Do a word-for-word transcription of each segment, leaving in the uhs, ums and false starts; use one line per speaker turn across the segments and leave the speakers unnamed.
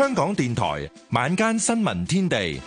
香港電台晚間新聞天地，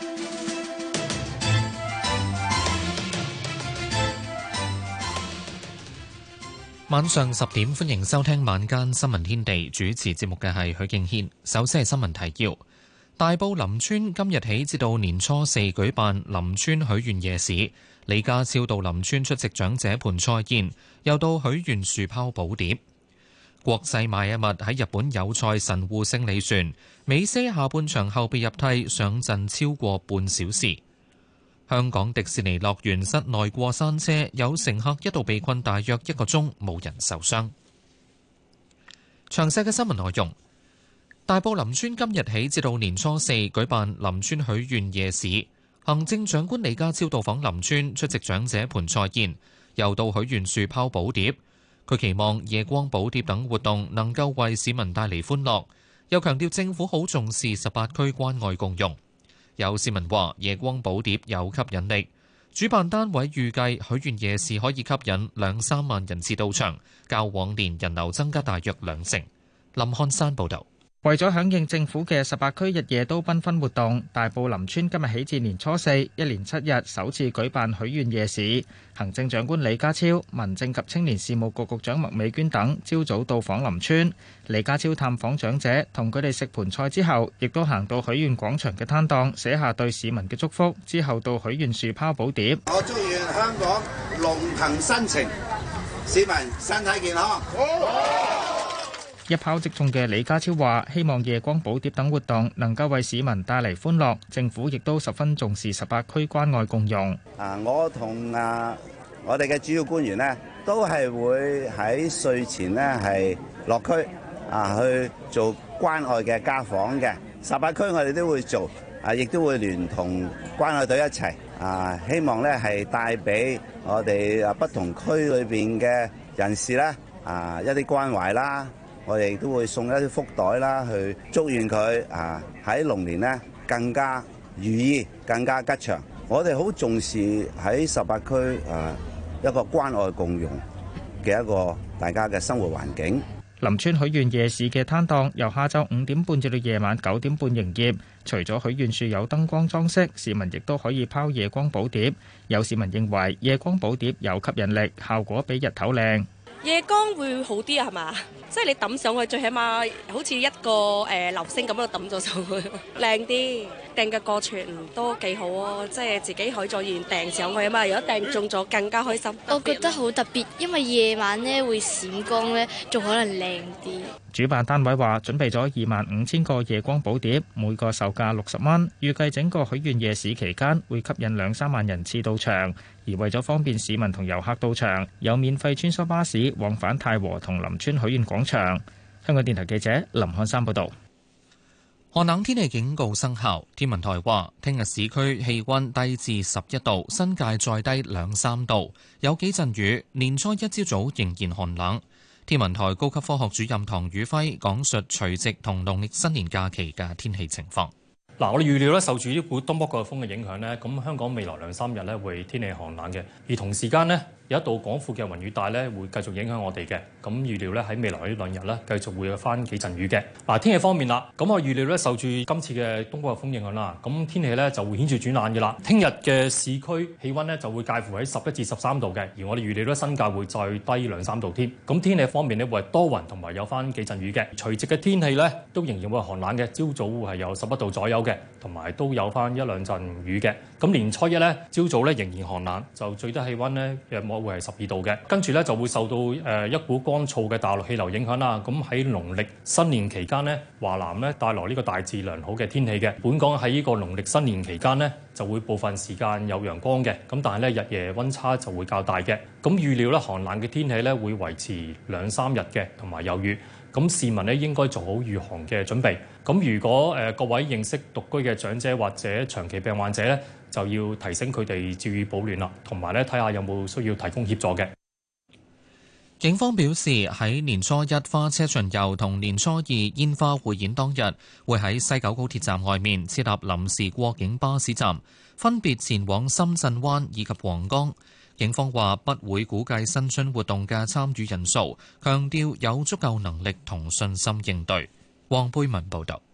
晚上十點歡迎收聽晚間新聞天地，主持節目嘅係許敬軒。首先係新聞提要：大埔林村今日起至到年初四舉辦林村許願夜市，李家超到林村出席長者盤菜宴，又到許願樹拋寶碟。國際邁阿密喺日本有賽神戶勝利船，美斯下半場後備入替上陣超過半小時。香港迪士尼樂園室內過山車有乘客一度被困大約一個鐘，冇人受傷。詳細嘅新聞內容：大埔林村今日起至到年初四舉辦林村許願夜市，行政長官李家超到訪林村出席長者盤菜宴，又到許願樹拋寶碟。佢期望夜光寶碟等活動能夠為市民帶嚟歡樂，又強調政府好重視十八區關愛共融。有市民話夜光寶碟有吸引力，主辦單位預計許願夜市可以吸引兩三萬人次到場，較往年人流增加大約兩成。林漢山報導。
為咗響應政府嘅十八區日夜都繽紛活動，大埔林村今日起至年初四，一連七日首次舉辦許願夜市。行政長官李家超、民政及青年事務局局長麥美娟等朝早到訪林村。李家超探訪長者，同佢哋食盤菜之後，亦都行到許願廣場嘅攤檔，寫下對市民嘅祝福。之後到許願樹拋寶碟。
我祝願香港龍騰新程，市民身體健康。
一拋即中嘅李家超話：希望夜光寶碟等活動能夠為市民帶嚟歡樂。政府亦都十分重視十八區關愛共融。
啊，我同啊我哋嘅主要官員呢，都係會喺歲前呢係落區啊去做關愛嘅家訪嘅。十八區我哋都會做，啊亦都會聯同關愛隊一齊啊，希望呢係帶俾我哋啊不同區裏邊嘅人士咧啊一啲關懷啦。我哋都會送一啲福袋啦，去祝願佢啊喺龍年呢更加如意、更加吉祥。我哋好重視喺十八區啊一個關愛共融嘅一個大家嘅生活環境。
林村許願夜市嘅攤檔由下晝五點半至到夜晚九點半營業。除咗許願樹有燈光裝飾，市民亦都可以拋夜光寶碟。有市民認為夜光寶碟有吸引力，效果比日頭靚。
夜光會好啲啊，係嘛？即係你抌上去，最起碼好似一個誒、呃、流星咁樣抌咗上去，靚啲。訂嘅過程都幾好啊，即係自己許咗願訂上去啊嘛。如果訂中咗，更加開心。
我覺得好特別，因為夜晚呢會閃光呢，仲可能靚啲。
主辦單位話準備咗二萬五千個夜光寶碟，每個售價六十蚊。預計整個許願夜市期間會吸引兩三萬人次到場。而為咗方便市民同遊客到場，有免費穿梭巴士往返太和同林村許願廣場。香港電台記者林漢山報導。
寒冷天氣警告生效，天文台話聽日市區氣溫低至十一度，新界再低兩三度，有幾陣雨。年初一朝早仍然寒冷。天文台高級科學主任唐宇輝講述除夕同農曆新年假期嘅天氣情況。
嗱，我哋預料咧，受住呢股東北季候風嘅影響咧，咁香港未來兩三日咧會天氣寒冷嘅，而同時間呢，有一道廣闊嘅雲雨帶咧會繼續影響我哋嘅，咁預料咧喺未來呢兩日咧繼續會有翻幾陣雨嘅。嗱，天氣方面啦，咁我預料咧受住今次嘅東北季候風影響啦，咁天氣咧就會顯著轉冷嘅啦。聽日嘅市區氣温咧就會介乎喺十一至十三度嘅，而我哋預料咧新界會再低兩三度添。咁天氣方面咧會係多雲同埋有翻幾陣雨嘅。除夕嘅天氣咧都仍然會寒冷嘅，朝早會係有十一度左右嘅，同埋都有翻一兩陣雨嘅。咁年初一咧朝早咧仍然寒冷，就最低氣温咧約莫會係十二度嘅。跟住咧就會受到誒一股乾燥嘅大陸氣流影響啦。咁喺農曆新年期間呢，華南咧帶來呢個大致良好嘅天氣嘅。本港喺呢個農曆新年期間呢，就會部分時間有陽光嘅，咁但係咧日夜温差就會較大嘅。咁預料咧寒冷嘅天氣咧會維持兩三日嘅，同埋有雨。咁市民咧應該做好禦寒嘅準備。咁如果誒各位認識獨居嘅長者或者長期病患者咧，就要提醒佢哋注意保暖啦，同埋咧睇下有冇需要提供協助嘅。
警方表示喺年初一花車巡遊同年初二煙花匯演當日，會喺西九高鐵站外面設立臨時過境巴士站，分別前往深圳灣以及皇崗。警方話不會估計新春活動嘅參與人數，強調有足夠能力同信心應對。黃貝文報導。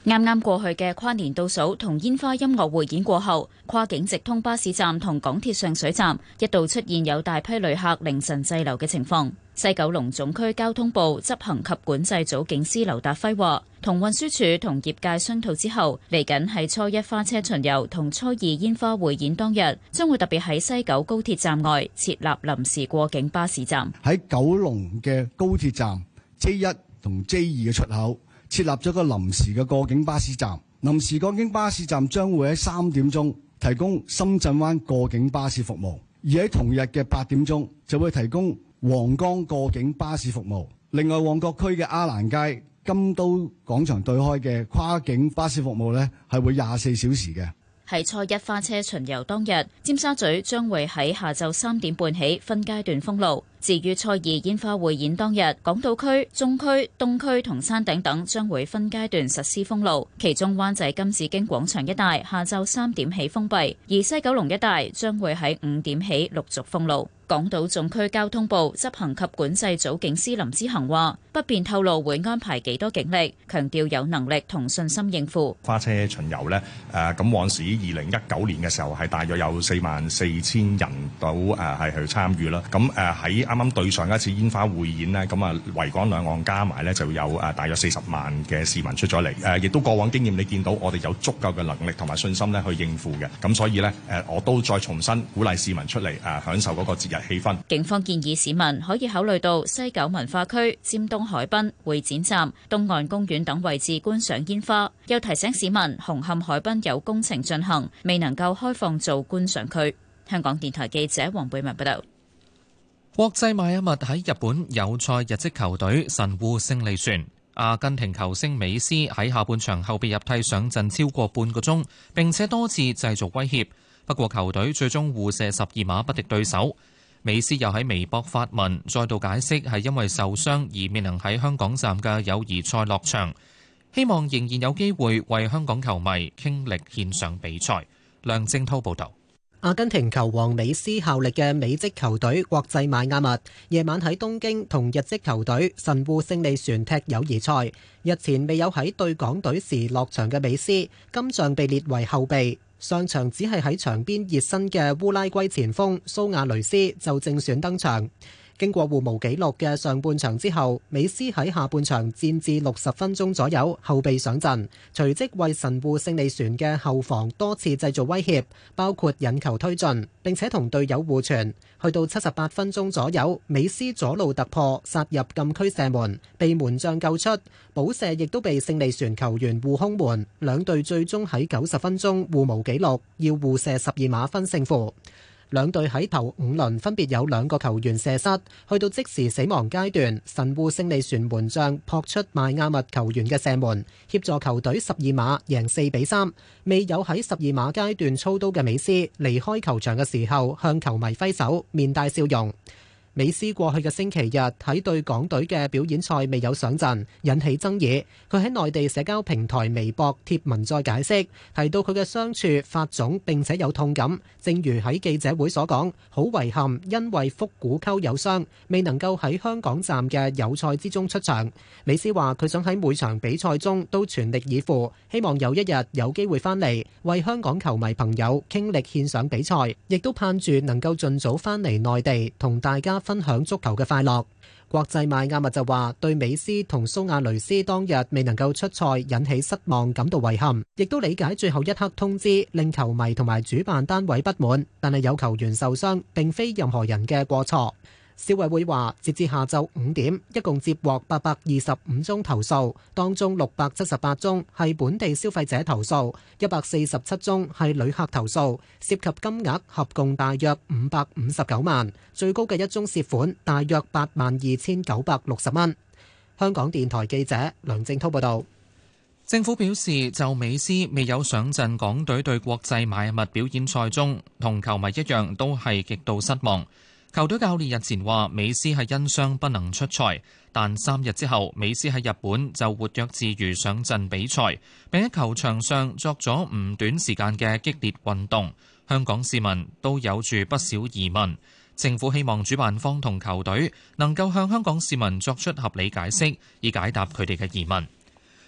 啱啱過去嘅跨年倒數同煙花音樂匯演過後，跨境直通巴士站同港鐵上水站一度出現有大批旅客凌晨滯留嘅情況。西九龍總區交通部執行及管制組警司劉達輝話，同運輸署同業界商討之後，嚟緊係初一花車巡遊同初二煙花匯演當日，將會特別喺西九高鐵站外設立臨時過境巴士站。
喺九龍嘅高鐵站 J 一同 J 二嘅出口設立咗個臨時嘅過境巴士站。臨時過境巴士站將會喺三點鐘提供深圳灣過境巴士服務，而喺同日嘅八點鐘就會提供皇崗過境巴士服務。另外，旺角區嘅鴉蘭街、金都廣場對開嘅跨境巴士服務呢，係會廿四小時嘅。
喺初一花車巡遊當日，尖沙咀將會喺下晝三點半起分階段封路。至於初二煙花匯演當日，港島區、中區、東區同山頂等將會分階段實施封路，其中灣仔金紫荊廣場一帶下晝三點起封閉，而西九龍一帶將會喺五點起陸續封路。港島總區交通部執行及管制組警司林之恒話，不便透露會安排幾多警力，強調有能力同信心應付。
花車巡遊呢，誒咁往時二零一九年嘅時候係大約有四萬四千人到誒係去參與啦。咁誒喺啱啱對上一次煙花匯演呢，咁啊維港兩岸加埋呢就有誒大約四十萬嘅市民出咗嚟。誒亦都過往經驗，你見到我哋有足夠嘅能力同埋信心呢去應付嘅。咁所以呢，誒我都再重新鼓勵市民出嚟誒享受嗰個節日氣氛。
警方建議市民可以考慮到西九文化區、尖東海濱、會展站、東岸公園等位置觀賞煙花。又提醒市民，紅磡海濱有工程進行，未能夠開放做觀賞區。香港電台記者黃貝文報道。
國際邁阿密喺日本友賽日職球隊神戶勝利船，阿根廷球星美斯喺下半場後備入替上陣超過半個鐘，並且多次製造威脅。不過球隊最終互射十二碼不敵對手。美斯又喺微博發文，再度解釋係因為受傷而未能喺香港站嘅友誼賽落場，希望仍然有機會為香港球迷傾力獻上比賽。梁正滔報導。
阿根廷球王美斯效力嘅美職球隊國際邁阿密夜晚喺東京同日職球隊神戶勝利船踢友誼賽，日前未有喺對港隊時落場嘅美斯，今仗被列為後備。上場只係喺場邊熱身嘅烏拉圭前鋒蘇亞雷斯就正選登場。經過互無紀錄嘅上半場之後，美斯喺下半場戰至六十分鐘左右後備上陣，隨即為神戶勝利船嘅後防多次製造威脅，包括引球推進，並且同隊友互傳。去到七十八分鐘左右，美斯左路突破殺入禁區射門，被門將救出，補射亦都被勝利船球員護空門。兩隊最終喺九十分鐘互無紀錄，要互射十二碼分勝負。兩隊喺頭五輪分別有兩個球員射失，去到即時死亡階段，神戶勝利船門將撲出邁阿密球員嘅射門，協助球隊十二碼贏四比三。未有喺十二碼階段操刀嘅美斯離開球場嘅時候，向球迷揮手，面帶笑容。美斯過去嘅星期日喺對港隊嘅表演賽未有上陣，引起爭議。佢喺內地社交平台微博貼文再解釋，提到佢嘅傷處發腫並且有痛感，正如喺記者會所講，好遺憾因為腹股溝有傷，未能夠喺香港站嘅友賽之中出場。美斯話佢想喺每場比賽中都全力以赴，希望有一日有機會翻嚟為香港球迷朋友傾力獻上比賽，亦都盼住能夠盡早翻嚟內地同大家分享足球嘅快樂。國際邁阿密就話對美斯同蘇亞雷斯當日未能夠出賽引起失望感到遺憾，亦都理解最後一刻通知令球迷同埋主辦單位不滿，但係有球員受傷並非任何人嘅過錯。消委會話，截至下晝五點，一共接獲八百二十五宗投訴，當中六百七十八宗係本地消費者投訴，一百四十七宗係旅客投訴，涉及金額合共大約五百五十九萬，最高嘅一宗涉款大約八萬二千九百六十蚊。香港電台記者梁正滔報導。
政府表示，就美斯未有上陣港隊對國際邁阿密表演賽中，同球迷一樣都係極度失望。球隊教練日前話，美斯係因傷不能出賽，但三日之後，美斯喺日本就活躍自如上陣比賽，並喺球場上作咗唔短時間嘅激烈運動。香港市民都有住不少疑問，政府希望主辦方同球隊能夠向香港市民作出合理解釋，以解答佢哋嘅疑問。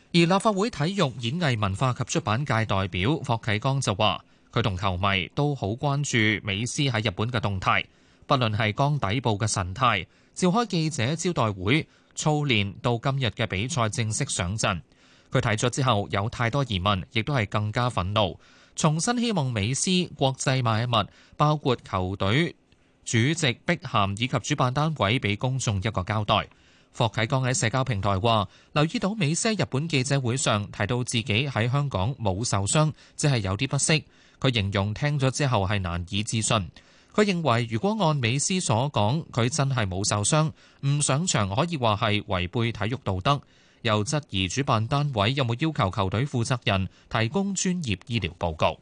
而立法會體育、演藝、文化及出版界代表霍啟剛就話，佢同球迷都好關注美斯喺日本嘅動態，不論係剛抵埗嘅神態、召開記者招待會、操練到今日嘅比賽正式上陣。佢睇咗之後有太多疑問，亦都係更加憤怒，重新希望美斯、國際邁阿密，包括球隊主席碧咸以及主辦單位俾公眾一個交代。霍啟剛喺社交平台話，留意到美斯喺日本記者會上提到自己喺香港冇受傷，只係有啲不適。佢形容聽咗之後係難以置信。佢認為如果按美斯所講，佢真係冇受傷，唔上場可以話係違背體育道德。又質疑主辦單位有冇要求球隊負責人提供專業醫療報告。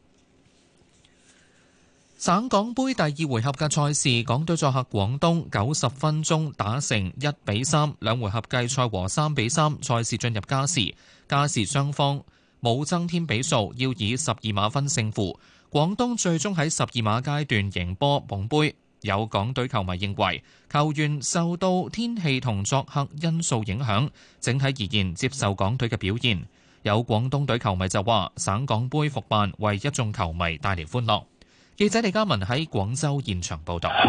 省港杯第二回合嘅賽事，港隊作客廣東，九十分鐘打成一比三，兩回合計賽和三比三，賽事進入加時。加時雙方冇增添比數，要以十二碼分勝負。廣東最終喺十二碼階段贏波捧杯。有港隊球迷認為，球員受到天氣同作客因素影響，整體而言接受港隊嘅表現。有廣東隊球迷就話，省港杯復辦為一眾球迷帶嚟歡樂。記者李嘉文喺廣州現場報道。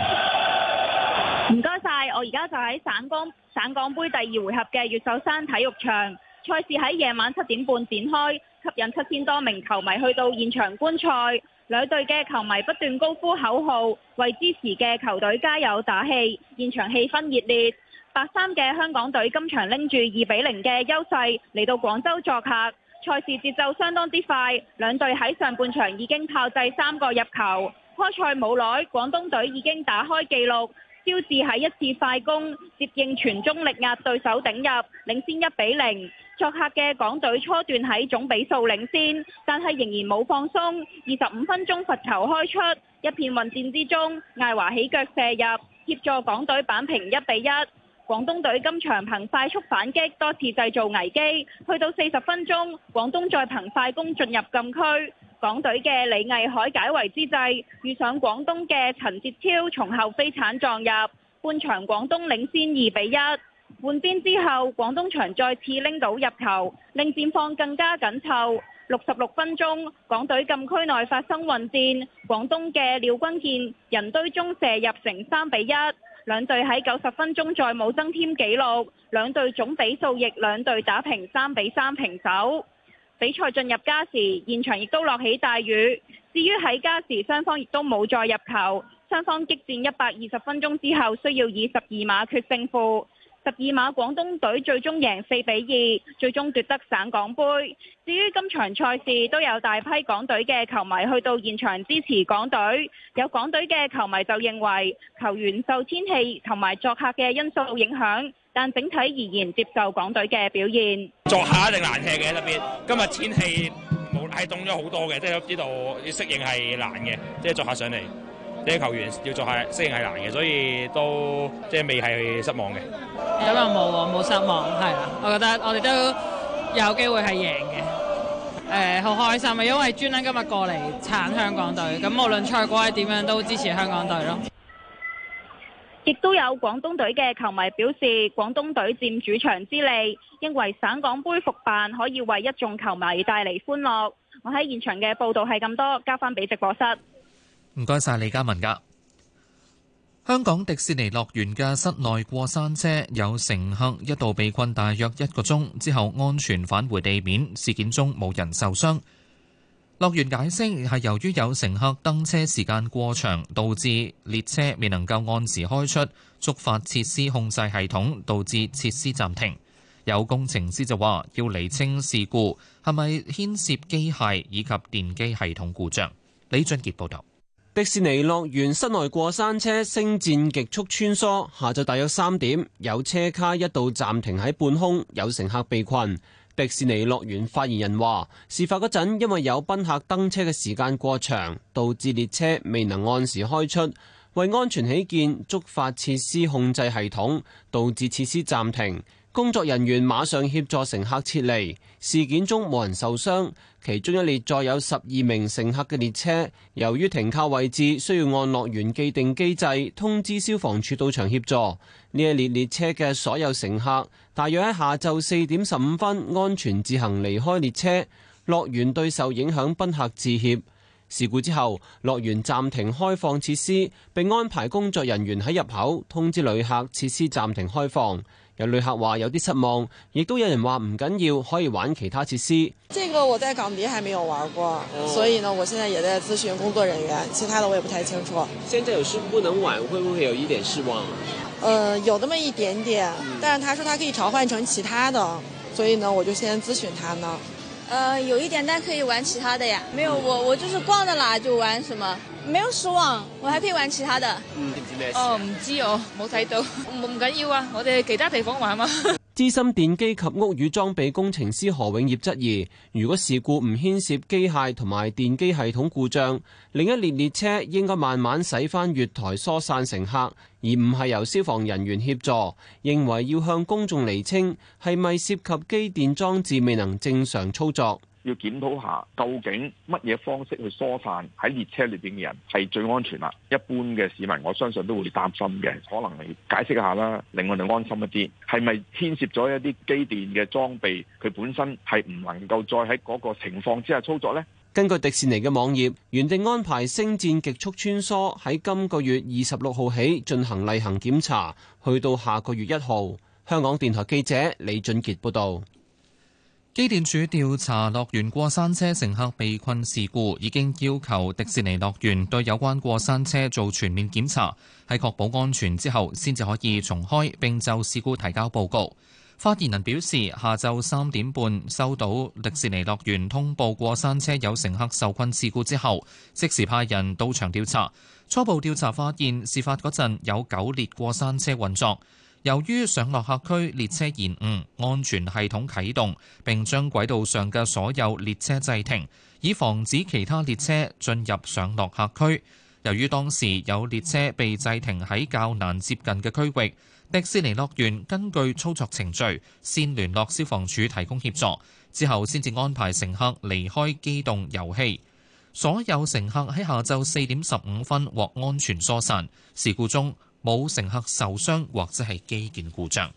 唔該晒，我而家就喺省港省港杯第二回合嘅越秀山體育場，賽事喺夜晚七點半展開，吸引七千多名球迷去到現場觀賽。兩隊嘅球迷不斷高呼口號，為支持嘅球隊加油打氣，現場氣氛熱烈。白衫嘅香港隊今場拎住二比零嘅優勢嚟到廣州作客，賽事節奏相當之快，兩隊喺上半場已經炮製三個入球。開賽冇耐，廣東隊已經打開紀錄，肖智喺一次快攻接應傳中力壓對手頂入，領先一比零。作客嘅港隊初段喺總比數領先，但係仍然冇放鬆。二十五分鐘罰球開出，一片混戰之中，艾華起腳射入，協助港隊扳平一比一。廣東隊今場憑快速反擊多次製造危機，去到四十分鐘，廣東再憑快攻進入禁區，港隊嘅李毅海解圍之際，遇上廣東嘅陳哲超從後飛鏟撞入，半場廣東領先二比一。換邊之後，廣東場再次拎到入球，令戰況更加緊湊。六十六分鐘，港隊禁區內發生混戰，廣東嘅廖君健人堆中射入成三比一。兩隊喺九十分鐘再冇增添紀錄，兩隊總比數亦兩隊打平三比三平手。比賽進入加時，現場亦都落起大雨。至於喺加時，雙方亦都冇再入球，雙方激戰一百二十分鐘之後，需要以十二碼決勝負。十二碼廣東隊最終贏四比二，最終奪得省港杯。至於今場賽事，都有大批港隊嘅球迷去到現場支持港隊。有港隊嘅球迷就認為球員受天氣同埋作客嘅因素影響，但整體而言接受港隊嘅表現。
作客一定難踢嘅，特別今日天氣冇係凍咗好多嘅，即係呢度要適應係難嘅，即係作客上嚟。啲球員要做下適應係難嘅，所以都即係未係失望嘅。
咁又冇喎，冇失望，係啦。我覺得我哋都有機會係贏嘅。誒、呃，好開心啊，因為專登今日過嚟撐香港隊。咁無論賽果係點樣，都支持香港隊咯。
亦都有廣東隊嘅球迷表示，廣東隊佔主場之利，認為省港杯復辦可以為一眾球迷帶嚟歡樂。我喺現場嘅報道係咁多，交翻俾直播室。
唔該晒李嘉文噶。香港迪士尼樂園嘅室內過山車有乘客一度被困大約一個鐘之後安全返回地面，事件中冇人受傷。樂園解釋係由於有乘客登車時間過長，導致列車未能夠按時開出，觸發設施控制系統，導致設施暫停。有工程師就話要釐清事故係咪牽涉機械以及電機系統故障。李俊傑報導。
迪士尼樂園室內過山車星戰極速穿梭，下晝大約三點，有車卡一度暫停喺半空，有乘客被困。迪士尼樂園發言人話，事發嗰陣因為有賓客登車嘅時間過長，導致列車未能按時開出，為安全起見，觸發設施控制系統，導致設施暫停。工作人員馬上協助乘客撤離，事件中冇人受傷。 其中一列載有十二名乘客嘅列車，由於停靠位置需要按樂園既定機制通知消防處到場協助。呢一列列車嘅所有乘客大約喺下晝四點十五分安全自行離開列車。樂園對受影響賓客致歉。事故之後，樂園暫停開放設施，並安排工作人員喺入口通知旅客設施暫停開放。有旅客話有啲失望，亦都有人話唔緊要，可以玩其他設施。
這個我在港迪還沒有玩過，所以呢，我現在也在諮詢工作人員，其他的我也不太清楚。
現在有事不能玩，會不會有一點失望？
呃，有那麼一點點，但是他說他可以召喚成其他的，所以呢，我就先諮詢他呢。
呃，有一點，但可以玩其他的呀。沒有，我我就是逛到哪就玩什麼，沒有失望，我還可以玩其他的。
嗯，知唔知咩事？
哦，唔知我冇睇到，唔唔緊要啊，我哋其他地方玩嘛。
資深電機及屋宇裝備工程師何永業質疑，如果事故唔牽涉機械同埋電機系統故障，另一列列車應該慢慢駛返月台疏散乘客，而唔係由消防人員協助。認為要向公眾釐清係咪涉及機電裝置未能正常操作。
要檢討下究竟乜嘢方式去疏散喺列車裏邊嘅人係最安全啦。一般嘅市民我相信都會擔心嘅，可能你解釋一下啦，令我哋安心一啲。係咪牽涉咗一啲機電嘅裝備，佢本身係唔能夠再喺嗰個情況之下操作呢？
根據迪士尼嘅網頁，原定安排星戰極速穿梭喺今個月二十六號起進行例行檢查，去到下個月一號。香港電台記者李俊傑報導。
機電署調查樂園過山車乘客被困事故，已經要求迪士尼樂園對有關過山車做全面檢查，喺確保安全之後先至可以重開，並就事故提交報告。發言人表示，下晝三點半收到迪士尼樂園通報過山車有乘客受困事故之後，即時派人到場調查。初步調查發現，事發嗰陣有九列過山車運作。由於上落客區列車延誤，安全系統啟動，並將軌道上嘅所有列車制停，以防止其他列車進入上落客區。由於當時有列車被制停喺較難接近嘅區域，迪士尼樂園根據操作程序，先聯絡消防處提供協助，之後先至安排乘客離開機動遊戲。所有乘客喺下晝四點十五分獲安全疏散。事故中冇乘客受傷或者係機件故障。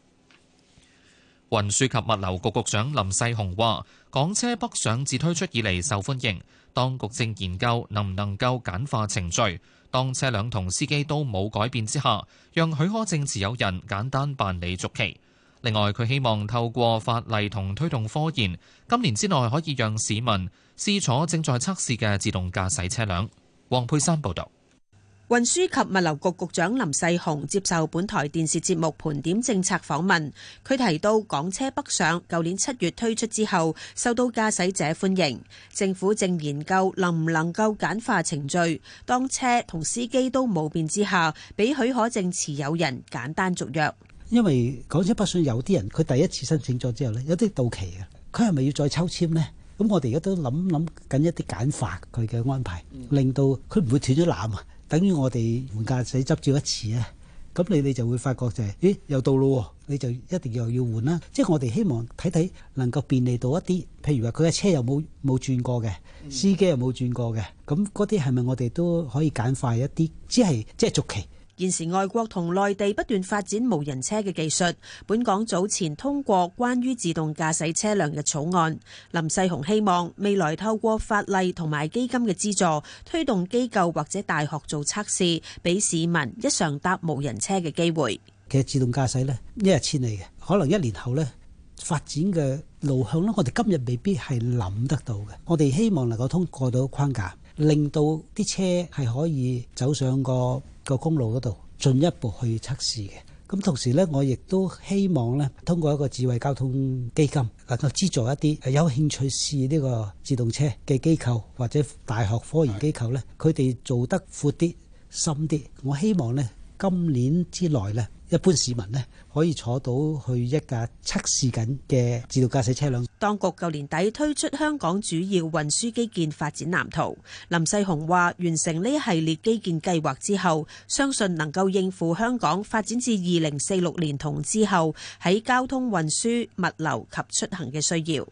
運輸及物流局局長林世雄話，港車北上自推出以嚟受歡迎，當局正研究能唔能夠簡化程序，當車輛同司機都冇改變之下，讓許可證持有人簡單辦理續期。另外，佢希望透過法例同推動科研，今年之內可以讓市民試坐正在測試嘅自動駕駛車輛。黃佩珊報導。
運輸及物流局局長林世雄接受本台電視節目盤點政策訪問，佢提到港車北上舊年七月推出之後受到駕駛者歡迎，政府正研究能唔能夠簡化程序，當車同司機都冇變之下，俾許可證持有人簡單續約。
因為港車北上有啲人佢第一次申請咗之後呢，有啲到期嘅，佢係咪要再抽籤呢？咁我哋而家都諗諗緊一啲簡化佢嘅安排，令到佢唔會斷咗纜啊！等於我哋換駕駛執照一次啊，咁你你就會發覺就係，咦又到咯，你就一定又要換啦。即係我哋希望睇睇能夠便利到一啲，譬如話佢嘅車又冇冇轉過嘅，司機又冇轉過嘅，咁嗰啲係咪我哋都可以簡化一啲？只係即係續期。
現時外國同內地不斷發展無人車嘅技術，本港早前通過關於自動駕駛車輛嘅草案。林世雄希望未來透過法例同埋基金嘅資助，推動機構或者大學做測試，俾市民一嘗搭無人車嘅機會。
其實自動駕駛呢，一日千里嘅，可能一年後呢發展嘅路向呢，我哋今日未必係諗得到嘅。我哋希望能夠通過到框架，令到啲車係可以走上個個公路嗰度進一步去測試嘅。咁同時呢，我亦都希望呢，通過一個智慧交通基金，能夠資助一啲有興趣試呢個自動車嘅機構或者大學科研機構呢，佢哋做得闊啲、深啲。我希望呢，今年之內呢，一般市民呢可以坐到去一架測試緊嘅自動駕駛車輛。
當局舊年底推出香港主要運輸基建發展藍圖，林世雄話完成呢一系列基建計劃之後，相信能夠應付香港發展至二零四六年同之後喺交通運輸、物流及出行嘅需要。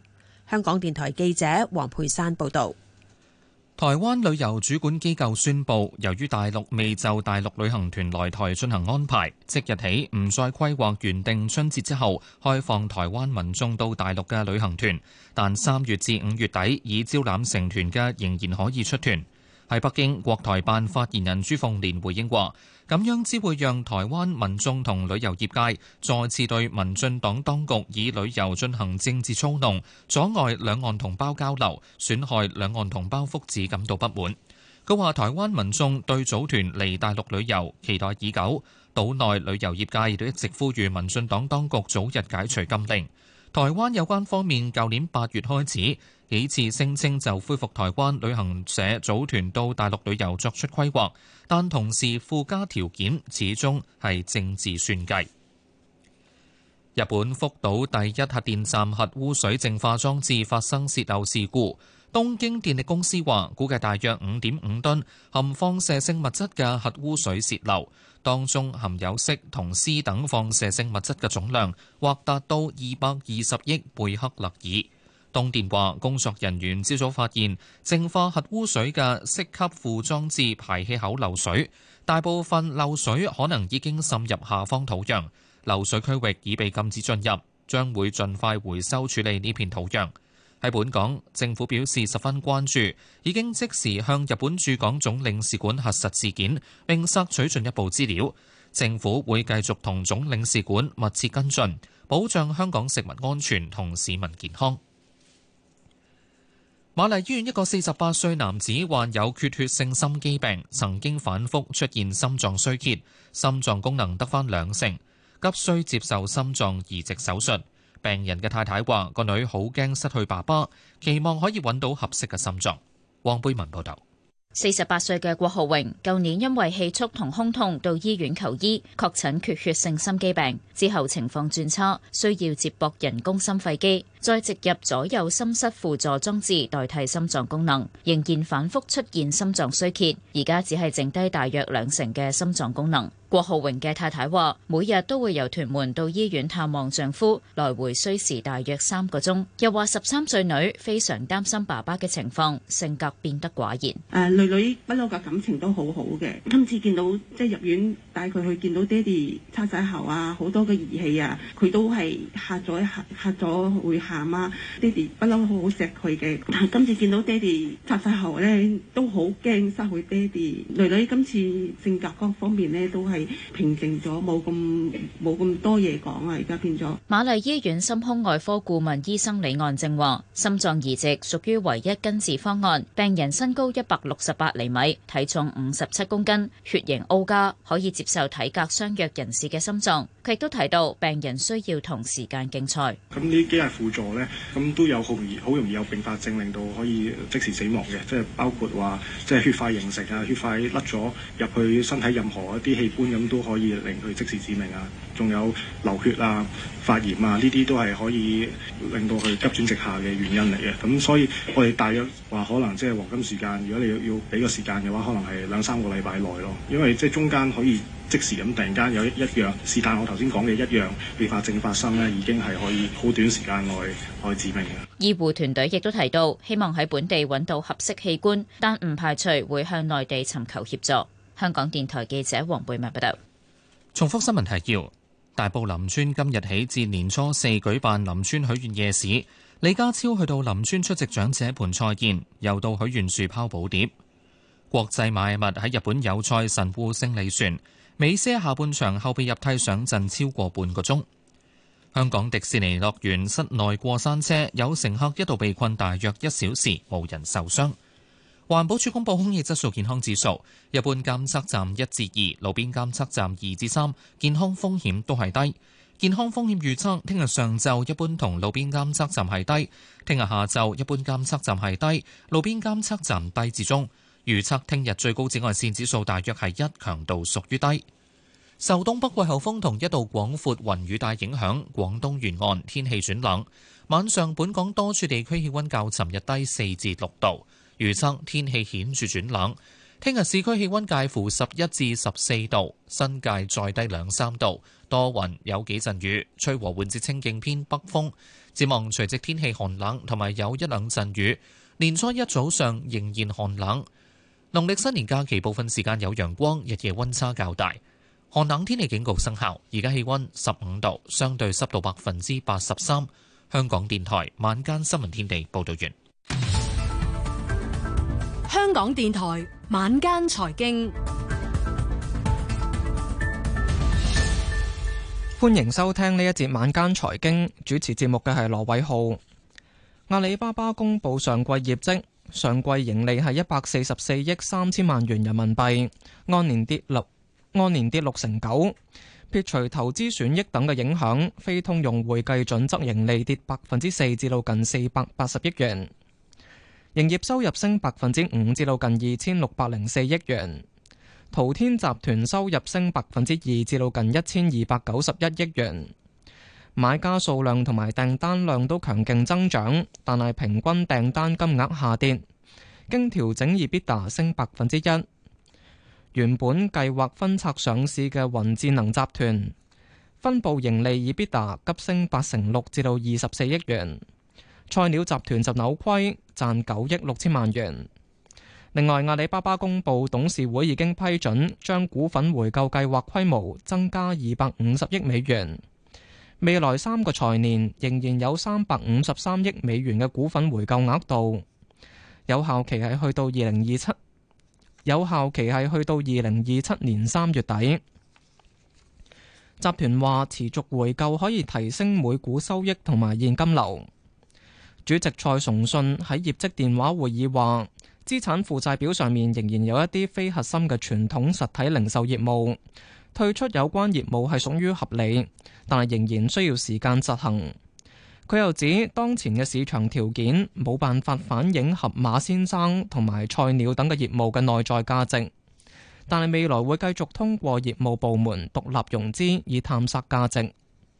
香港電台記者黃佩珊報導。
台灣旅遊主管機構宣布，由於大陸未就大陸旅行團來台進行安排，即日起唔再規劃原定春節之後開放台灣民眾到大陸嘅旅行團，但三月至五月底已招攬成團嘅仍然可以出團。喺北京，國台辦發言人朱鳳蓮回應話，咁樣只會讓台灣民眾同旅遊業界再次對民進黨當局以旅遊進行政治操弄，阻礙兩岸同胞交流，損害兩岸同胞福祉感到不滿。佢話台灣民眾對組團嚟大陸旅遊期待已久，島內旅遊業界亦都一直呼籲民進黨當局早日解除禁令。台灣有關方面舊年八月開始幾次聲稱就恢復台灣旅行社組團到大陸旅遊作出規劃，但同時附加條件，始終係政治算計。日本福島第一核電站核污水淨化裝置發生洩漏事故，東京電力公司話估計大約五點五噸含放射性物質嘅核污水洩漏，當中含有銫同鍶等放射性物質嘅總量或達到二百二十億貝克勒爾。東電話工作人員朝早發現淨化核污水嘅銫吸附裝置排氣口漏水，大部分漏水可能已經滲入下方土壤，漏水區域已被禁止進入，將會盡快回收處理呢片土壤。喺本港，政府表示十分關注，已經即時向日本駐港總領事館核實事件，並索取進一步資料。政府會繼續同總領事館密切跟進，保障香港食物安全同市民健康。瑪麗醫院一個四十八歲男子患有缺血性心肌病，曾經反覆出現心臟衰竭，心臟功能得返兩成，急需接受心臟移植手術。病人嘅太太話：個女好驚失去爸爸，期望可以揾到合適嘅心臟。黃貝文報導。
四十八歲嘅郭浩榮，舊年因為氣促同胸痛到醫院求醫，確診缺血性心肌病，之後情況轉差，需要接駁人工心肺機，再植入左右心室輔助裝置代替心臟功能，仍然反覆出現心臟衰竭，而家只係剩低大約兩成嘅心臟功能。郭浩榮嘅太太話：每日都會由屯門到醫院探望丈夫，來回需時大約三個鐘。又話十三歲女非常擔心爸爸嘅情況，性格變得寡言。
誒，女女不嬲嘅感情都好好嘅。今次見到即係入院帶佢去見到爹哋叉仔喉啊，好多嘅儀器啊，佢都係嚇咗嚇嚇咗會喊啊。爹哋不嬲好好錫佢嘅，但係今次見到爹哋叉仔喉咧，都好驚失去爹哋。女女今次性格各方面咧都係平靜咗，冇咁冇咁多嘢講啊！而家變咗。
瑪麗醫院心胸外科顧問醫生李岸正話：心臟移植屬於唯一根治方案。病人身高一百六十八厘米，體重五十七公斤，血型 O 加，可以接受體格相若人士嘅心臟。佢亦都提到，病人需要同時間競賽。
咁呢啲機械輔助咧，咁都有好容易好容易有併發症，令到可以即時死亡嘅，即係包括話即係血塊形成啊，血塊甩咗入去身體任何一啲器官咁都可以令佢即時致命啊。仲有流血啊、發炎啊，呢啲都係可以令到佢急轉直下嘅原因嚟嘅。咁所以我哋大約話可能即係黃金時間，如果你要要俾個時間嘅話，可能係兩三個禮拜內咯。因為即係中間可以即時咁突然間有一一樣是但我頭先講嘅一樣併發症發生咧，已經係可以好短時間內可以致命嘅。
醫護團隊亦都提到，希望喺本地揾到合適器官，但唔排除會向內地尋求協助。香港電台記者黃貝文報道。
重複新聞提要。大埔林村今日起至年初四舉辦林村許願夜市，李家超去到林村出席長者盤菜宴，又到許願樹拋寶碟。國際邁阿密喺日本友賽神戶勝利船，美斯下半場後備入替上陣超過半個鐘。香港迪士尼樂園室內過山車有乘客一度被困大約一小時，無人受傷。環保署公布空氣質素健康指數，一般監測站一至二，路邊監測站二至三，健康風險都係低。健康風險預測，聽日上晝一般同路邊監測站係低，聽日下晝一般監測站係低，路邊監測站低至中。預測聽日最高紫外線指數大約係一，強度屬於低。受東北季候風同一道廣闊雲雨帶影響，廣東沿岸天氣轉冷。晚上本港多處地區氣溫較尋日低四至六度。預測天氣顯著轉冷， 聽日市區氣溫介乎十一至十四度，新界再低兩三度，多雲有幾陣雨，吹和緩至清勁偏北風。展望除夕天氣寒冷，同埋有一兩陣雨。年初一早上仍然寒冷。農曆新年假期部分時間有陽光，日夜溫差較大。寒冷天氣警告生效，而家氣溫十五度，相對濕度百分之八十三。香港電台晚間新聞天地報道完。
香港電台晚間財經，
歡迎收聽呢一節晚間財經，主持節目嘅係羅偉浩。阿里巴巴公布上季業績，上季盈利係一百四十四億三千萬元人民幣，按年跌六按年跌六成九，撇除投資損益等嘅影響，非通用會計準則盈利跌百分之四，至到近四百八十億元。營業收入升百分之五，至到近二千六百零四億元。淘天集團收入升百分之二，至到近一千二百九十一億元。買家數量同埋訂單量都強勁增長，但係平均訂單金額下跌。經調整 EBITDA 升百分之一。原本計劃分拆上市嘅雲智能集團分部盈利 EBITDA 急升八成六，至到二十四億元。菜鳥集團就扭虧，賺九億六千萬元。另外，阿里巴巴公布董事會已經批准將股份回購計劃規模增加二百五十億美元。未來三個財年仍然有三百五十三億美元嘅股份回購額度，有效期係去到二零二七，有效期係去到二零二七年三月底。集團話持續回購可以提升每股收益同埋現金流。主席蔡崇信喺業績電話會議話，資產負債表上面仍然有一啲非核心嘅傳統實體零售業務，退出有關業務係屬於合理，但係仍然需要時間執行。佢又指當前嘅市場條件冇辦法反映盒馬先生同埋菜鳥等嘅業務嘅內在價值，但係未來會繼續通過業務部門獨立融資以探索價值。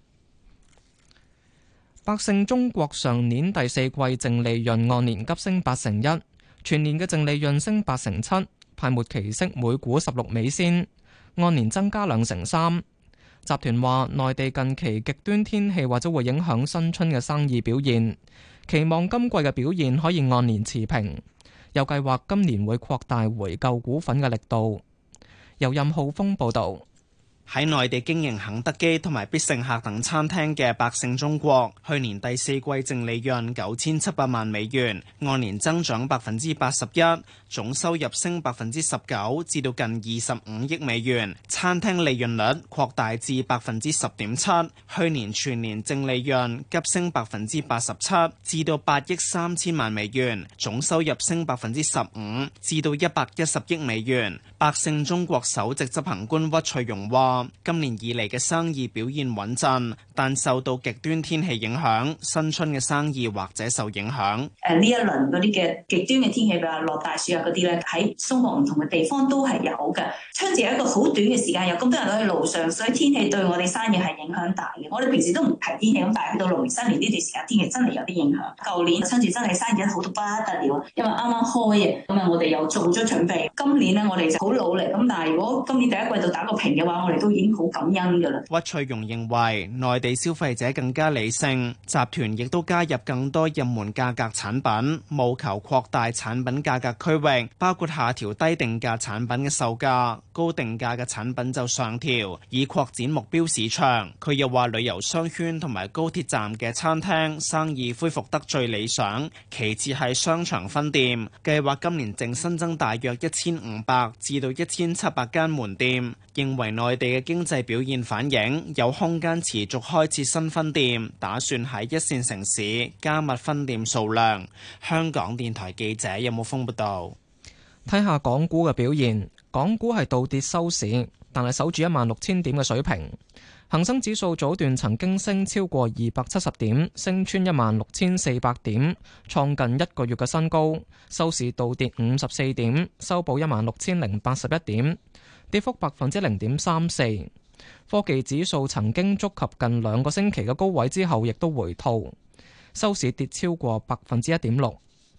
百勝中國上年第四季淨利潤按年急升八成一，全年嘅淨利潤升八成七，派末期息每股十六美仙，按年增加兩成三。集團話內地近期極端天氣或者會影響新春嘅生意表現，期望今季嘅表現可以按年持平，又計劃今年會擴大回購股份嘅力度。由任浩峰報導。
喺內地經營肯德基同埋必勝客等餐廳嘅百勝中國，去年第四季淨利潤九千七百萬美元，按年增長百分之八十一，總收入升百分之十九，至到近二十五億美元，餐廳利潤率擴大至百分之十點七，去年全年淨利潤急升百分之八十七，至到八億三千萬美元，總收入升百分之十五，至到一百一十億美元。百勝中國首席執行官屈翠容話，今年以嚟嘅生意表現穩陣，但受到極端天氣影響，新春嘅生意或者受影響。
誒呢一輪嗰啲嘅極端嘅天氣，比如落大雪啊嗰啲咧，喺中國唔同嘅地方都係有嘅。春節有一個好短嘅時間，有咁多人都喺路上，所以天氣對我哋生意係影響大嘅。我哋平時都唔睇天氣咁，但係去到農曆新年呢段時間，天氣真係有啲影響。舊年春節真係生意好到不得了，因為啱啱開嘅，咁啊我哋又做咗準備。今年咧我哋就好努力，咁但係如果今年第一季度打個平嘅話，我哋都已經好感恩㗎啦。
屈翠容認為內地消費者更加理性，集團亦都加入更多入門價格產品，務求擴大產品價格區域，包括下調低定價產品嘅售價，高定價嘅產品就上調，以擴展目標市場。佢又話旅遊商圈同埋高鐵站嘅餐廳生意恢復得最理想，其次係商場分店，計劃今年淨新增大約一千五百至到一千七百間門店。認為內地嘅經濟表現反映有空間持續開設新分店，打算喺一線城市加密分店數量。香港電台記者任武峰報道。
睇下港股嘅表現，港股係倒跌收市，但係守住一萬六千點嘅水平。恒生指數早段曾經升超過二百七十點，升穿一萬六千四百點，創近一個月嘅新高。收市倒跌五十四點，收報一萬六千零八十一點，跌幅百分之零點三四。科技指數曾經觸及近兩個星期嘅高位之後，亦都回吐，收市跌超過百分之一點六。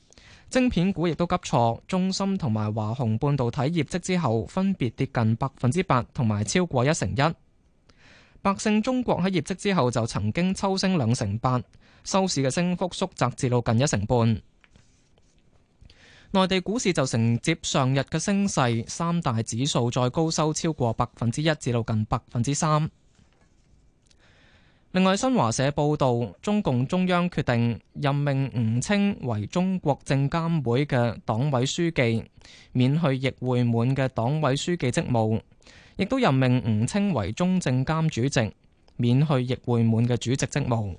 晶片股亦都急挫，中芯同埋華虹半導體業績之後分別跌近百分之八同埋超過一成一。百勝中國喺業績之後就曾經抽升兩成八，收市嘅升幅縮窄至到近一成半。內地股市就承接上日嘅升勢，三大指數再高收超過百分之一至到近百分之三。另外，新華社報道，中共中央決定任命吳清為中國證監會嘅黨委書記，免去易會滿嘅黨委書記職務，亦都任命吳清為中證監主席，免去易會滿嘅主席職務。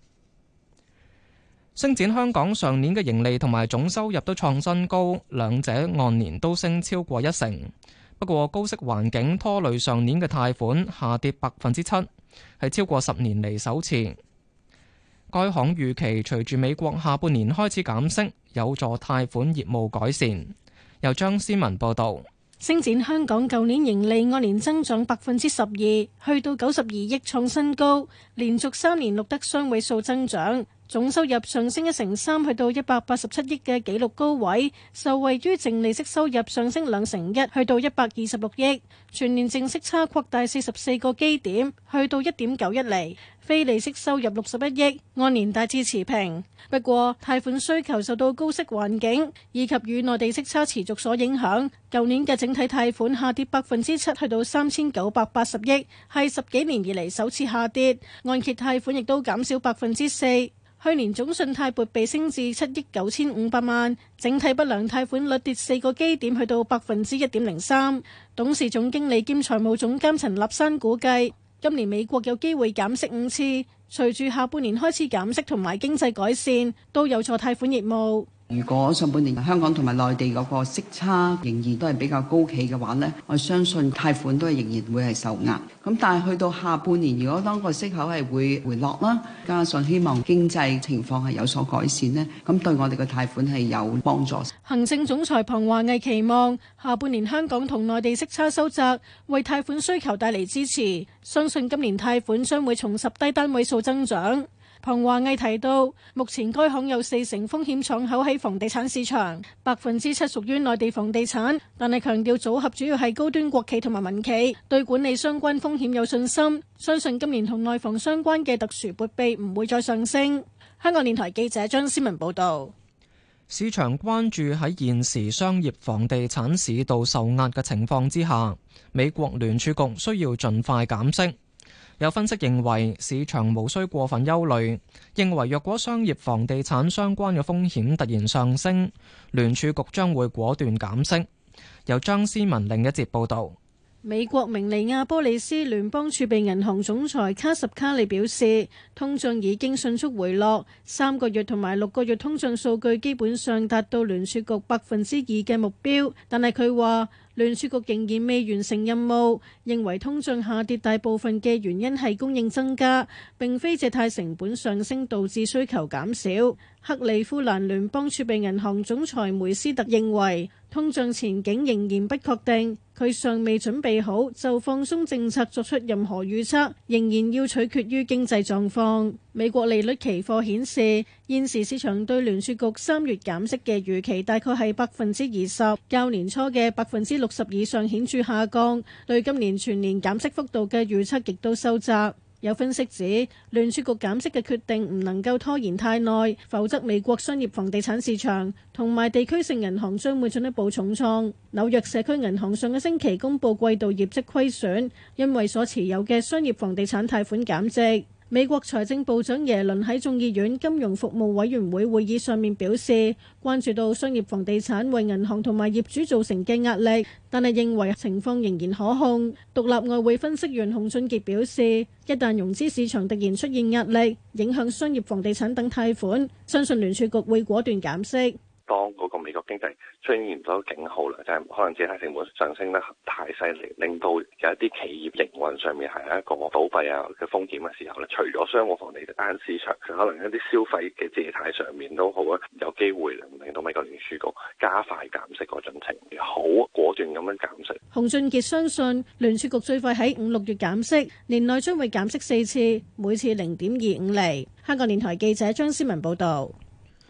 星展香港上年嘅盈利同埋總收入都創新高，兩者按年都升超過一成。不過高息環境拖累上年嘅貸款下跌百分之七，係超過十年嚟首次。該行預期隨住美國下半年開始減息，有助貸款業務改善。由張思文報導。
星展香港舊年盈利按年增長百分之十二，去到九十二億，創新高，連續三年錄得雙位數增長。總收入上升一成三，去到一百八十七億嘅紀錄高位，受惠於淨利息收入上升兩成一，去到一百二十六億。全年淨息差擴大四十四個基點，去到一點九一厘。非利息收入六十一億，按年大致持平。不過貸款需求受到高息環境以及與內地息差持續所影響，舊年嘅整體貸款下跌百分之七，去到三千九百八十億，係十幾年以嚟首次下跌。按揭貸款亦都減少百分之四。去年總信貸撥備升至七億九千五百萬，整體不良貸款率跌四個基點，去到百分之一點零三。董事總經理兼財務總監陳立山估計，今年美國有機會減息五次，隨住下半年開始減息同埋經濟改善，都有助貸款業務。
如果上半年香港同埋內地嗰個息差仍然都係比較高企嘅話呢，我相信貸款都係仍然會係受壓。咁但係去到下半年，如果當個息口係會回落啦，加上希望經濟情況係有所改善呢，咁對我哋嘅貸款係有幫助。
行政總裁龐華毅期望下半年香港同內地息差收窄，為貸款需求帶嚟支持，相信今年貸款將會重拾低單位數增長。龐華毅提到，目前該行有四成風險敞口喺房地產市場，百分之七屬於內地房地產，但係強調組合主要係高端國企同埋民企，對管理相關風險有信心，相信今年同內房相關嘅特殊撥備唔會再上升。香港電台記者張思文報道。
市場關注喺現時商業房地產市道受壓嘅情況之下，美國聯儲局需要盡快減息。有分析認為市場無需過分憂慮，認為若果商業房地產相關嘅風險突然上升，聯儲局將會果斷減息。由張思文另一節報導。
美國明尼亞波利斯聯邦儲備銀行總裁卡什卡利表示，通脹已經迅速回落，三個月同埋六個月通脹數據基本上達到聯儲局百分之二嘅目標，但係佢話聯儲局仍然未完成任務，認為通脹下跌大部分嘅原因係供應增加，並非借貸成本上升導致需求減少。克利夫蘭聯邦儲備銀行總裁梅斯特認為，通脹前景仍然不確定，佢尚未準備好就放鬆政策作出任何預測，仍然要取決於經濟狀況。美國利率期貨顯示，現時市場對聯儲局三月減息嘅預期大概係百分之二十，較年初嘅百分之六十以上顯著下降，對今年全年減息幅度嘅預測亦都收窄。有分析指，聯儲局減息嘅決定唔能夠拖延太耐，否則美國商業房地產市場同埋地區性銀行將會進一步重創。紐約社區銀行上個星期公布季度業績虧損，因為所持有嘅商業房地產貸款減值。美國財政部長耶倫喺眾議院金融服務委員會會議上面表示，關注到商業房地產為銀行同埋業主造成嘅壓力，但係認為情況仍然可控。獨立外匯分析員洪俊傑表示，一旦融資市場突然出現壓力，影響商業房地產等貸款，相信聯儲局會果斷減息。
當嗰個美國經濟出現咗警號啦，就係、是、可能借貸成本上升得太犀利，令到有一啲企業營運上面係一個倒閉啊嘅風險嘅時候咧，除咗商務房地產市場，可能一啲消費嘅借貸上面都好啊，有機會令到美國聯儲局加快減息個進程，好果斷咁樣減息。
洪俊傑相信聯儲局最快喺五六月減息，年內將會減息四次，每次零點二五厘。香港電台記者張思文報道。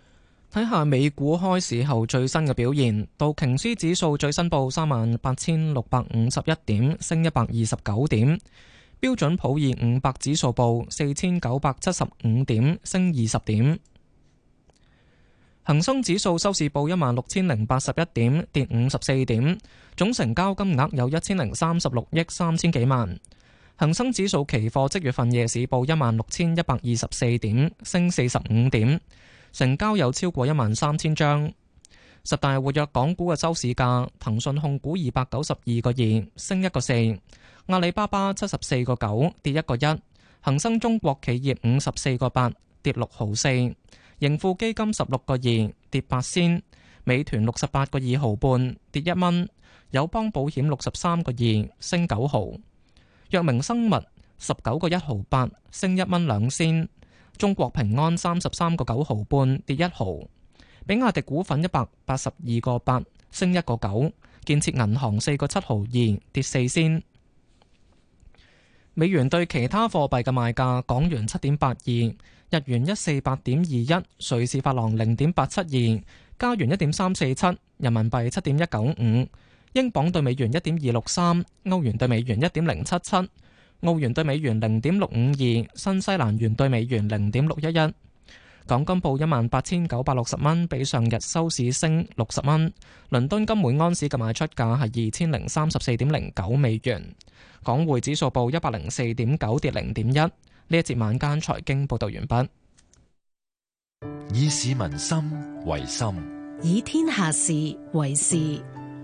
睇下美股開市後最新嘅表現，道瓊斯指數最新報三萬八千六百五十一點，升一百二十九點。標準普爾五百指數報四千九百七十五點，升二十點。恒生指數收市報一萬六千零八十一點，跌五十四點。總成交金額有一千零三十六億三千幾萬。恒生指數期貨即月份夜市報一萬六千一百二十四點，升四十五點。成交有超過一萬三千張。十大活躍港股嘅收市價：騰訊控股二百九十二個二，升一個四；阿里巴巴七十四個九，跌一個一；恒生中國企業五十四個八，跌六毫四；盈富基金十六個二，跌八仙；美團六十八個二毫半，跌一蚊；友邦保險六十三個二，升九毫；藥明生物十九個一毫八，升一蚊兩仙。中國平安三十三個九毫半，跌一毫；比亞迪股份一百八十二個八，升一個九；建設銀行四個七毫二，跌四仙。美元對其他貨幣嘅賣價：港元七點八二，日元一四八點二一，瑞士法郎零點八七二，加元一點三四七，人民幣七點一九五，英鎊對美元一點二六三，歐元對美元一點零七七。澳元對美元零點六五二，新西蘭元對美元零點六一一。港金報一萬八千九百六十蚊，比上日收市升六十蚊。倫敦金每安士嘅賣出價係二千零三十四點零九美元。港匯指數報一百零四點九，跌零點一。呢一節晚間財經報道完畢。
以市民心為心，
以天下事為事。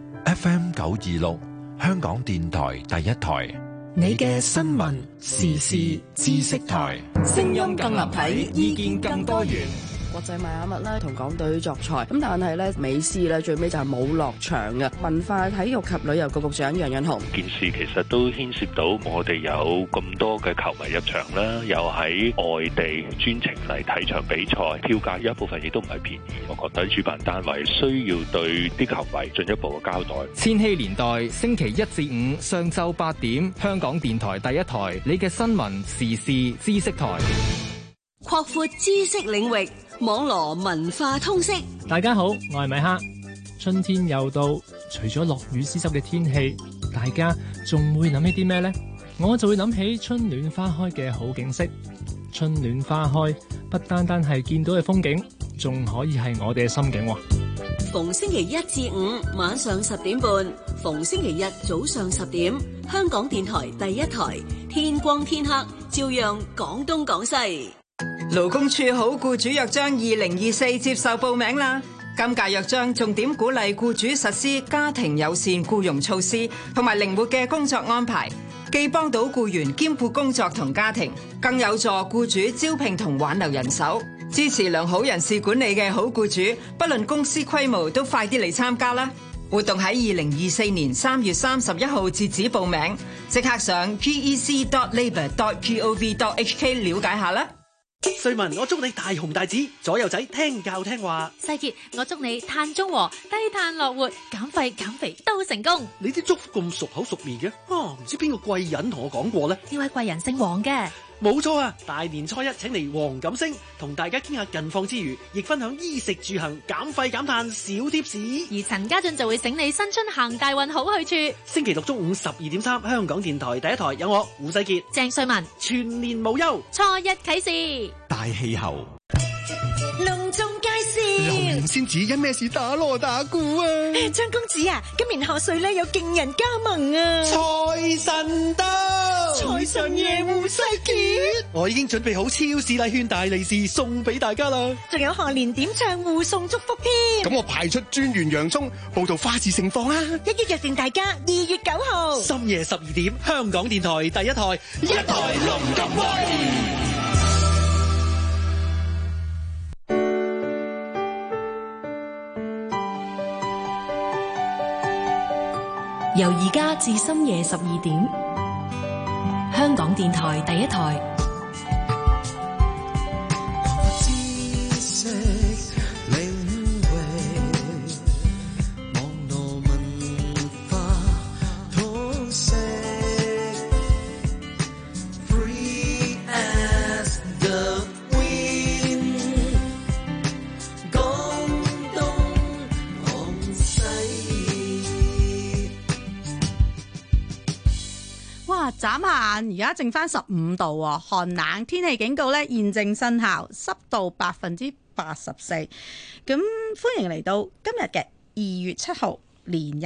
F M 九二六，香港電台第一台。
你嘅新聞時事知識台，聲音更立體，意見更多元。
國際邁阿密咧同港隊作賽，咁但係咧美斯咧最尾就係冇落場嘅。文化體育及旅遊局局長楊潤雄，
件事其實都牽涉到我哋有咁多嘅球迷入場啦，又喺外地專程嚟睇場比賽，票價有一部分亦都唔係便宜。我覺得主辦單位需要對啲球迷進一步嘅交代。
千禧年代星期一至五上晝八點，香港電台第一台，你嘅新聞時事知識台。
擴闊知識領域，網羅文化通識。
大家好，我係米哈。春天又到，除咗落雨濕濕嘅天氣，大家仲會諗起啲咩呢？我就會諗起春暖花開嘅好景色。春暖花開不單單係見到嘅風景，仲可以係我哋嘅心境。
逢星期一至五晚上十點半，逢星期日早上十點，香港電台第一台，天光天黑照樣講東講西。
勞工處好僱主約章二零二四接受報名啦！今屆約章重點鼓勵僱主實施家庭友善僱傭措施同埋靈活嘅工作安排，既幫到僱員兼顧工作同家庭，更有助僱主招聘同挽留人手。支持良好人事管理嘅好僱主，不論公司規模，都快啲嚟參加啦！活動喺二零二四年三月三十一號截止報名，即刻上 G E C dot labour dot gov dot H K 了解下啦！
瑞文，我祝你大紅大紫，左右仔聽教聽話。
世傑，我祝你碳中和，低碳樂活，減廢減肥都成功。
你啲祝福咁熟口熟面嘅，啊，唔知邊個貴人同我講過呢？
呢位貴人姓黃嘅。
冇錯啊！大年初一請嚟黃錦星，同大家傾下近況之餘，亦分享衣食住行減廢減碳小貼士。
而陳家俊就會醒你新春行大運好去處。
星期六中午十二點三，香港電台第一台有我胡世傑、
鄭瑞文，
全年無憂。
初一啟事，
大氣候。
隆重介紹，
流年仙子因咩事打鑼打鼓啊？
張公子啊，今年賀歲咧有勁人加盟啊！
財神到，
財神爺胡世傑，
我已經準備好超市禮券大利是送俾大家啦！
仲有賀年點唱互送祝福添。
咁我派出專員洋蔥報道花市盛況啦！
一於約定大家二月九號
深夜十二點，香港電台第一台，
一台龍咁威。
由而家至深夜十二點，香港電台第一台。
Go
啊，眨下眼而家剩翻十五度喎，寒冷天氣警告咧現正生效，濕度百分之八十四。咁歡迎嚟到今日嘅二月七號連日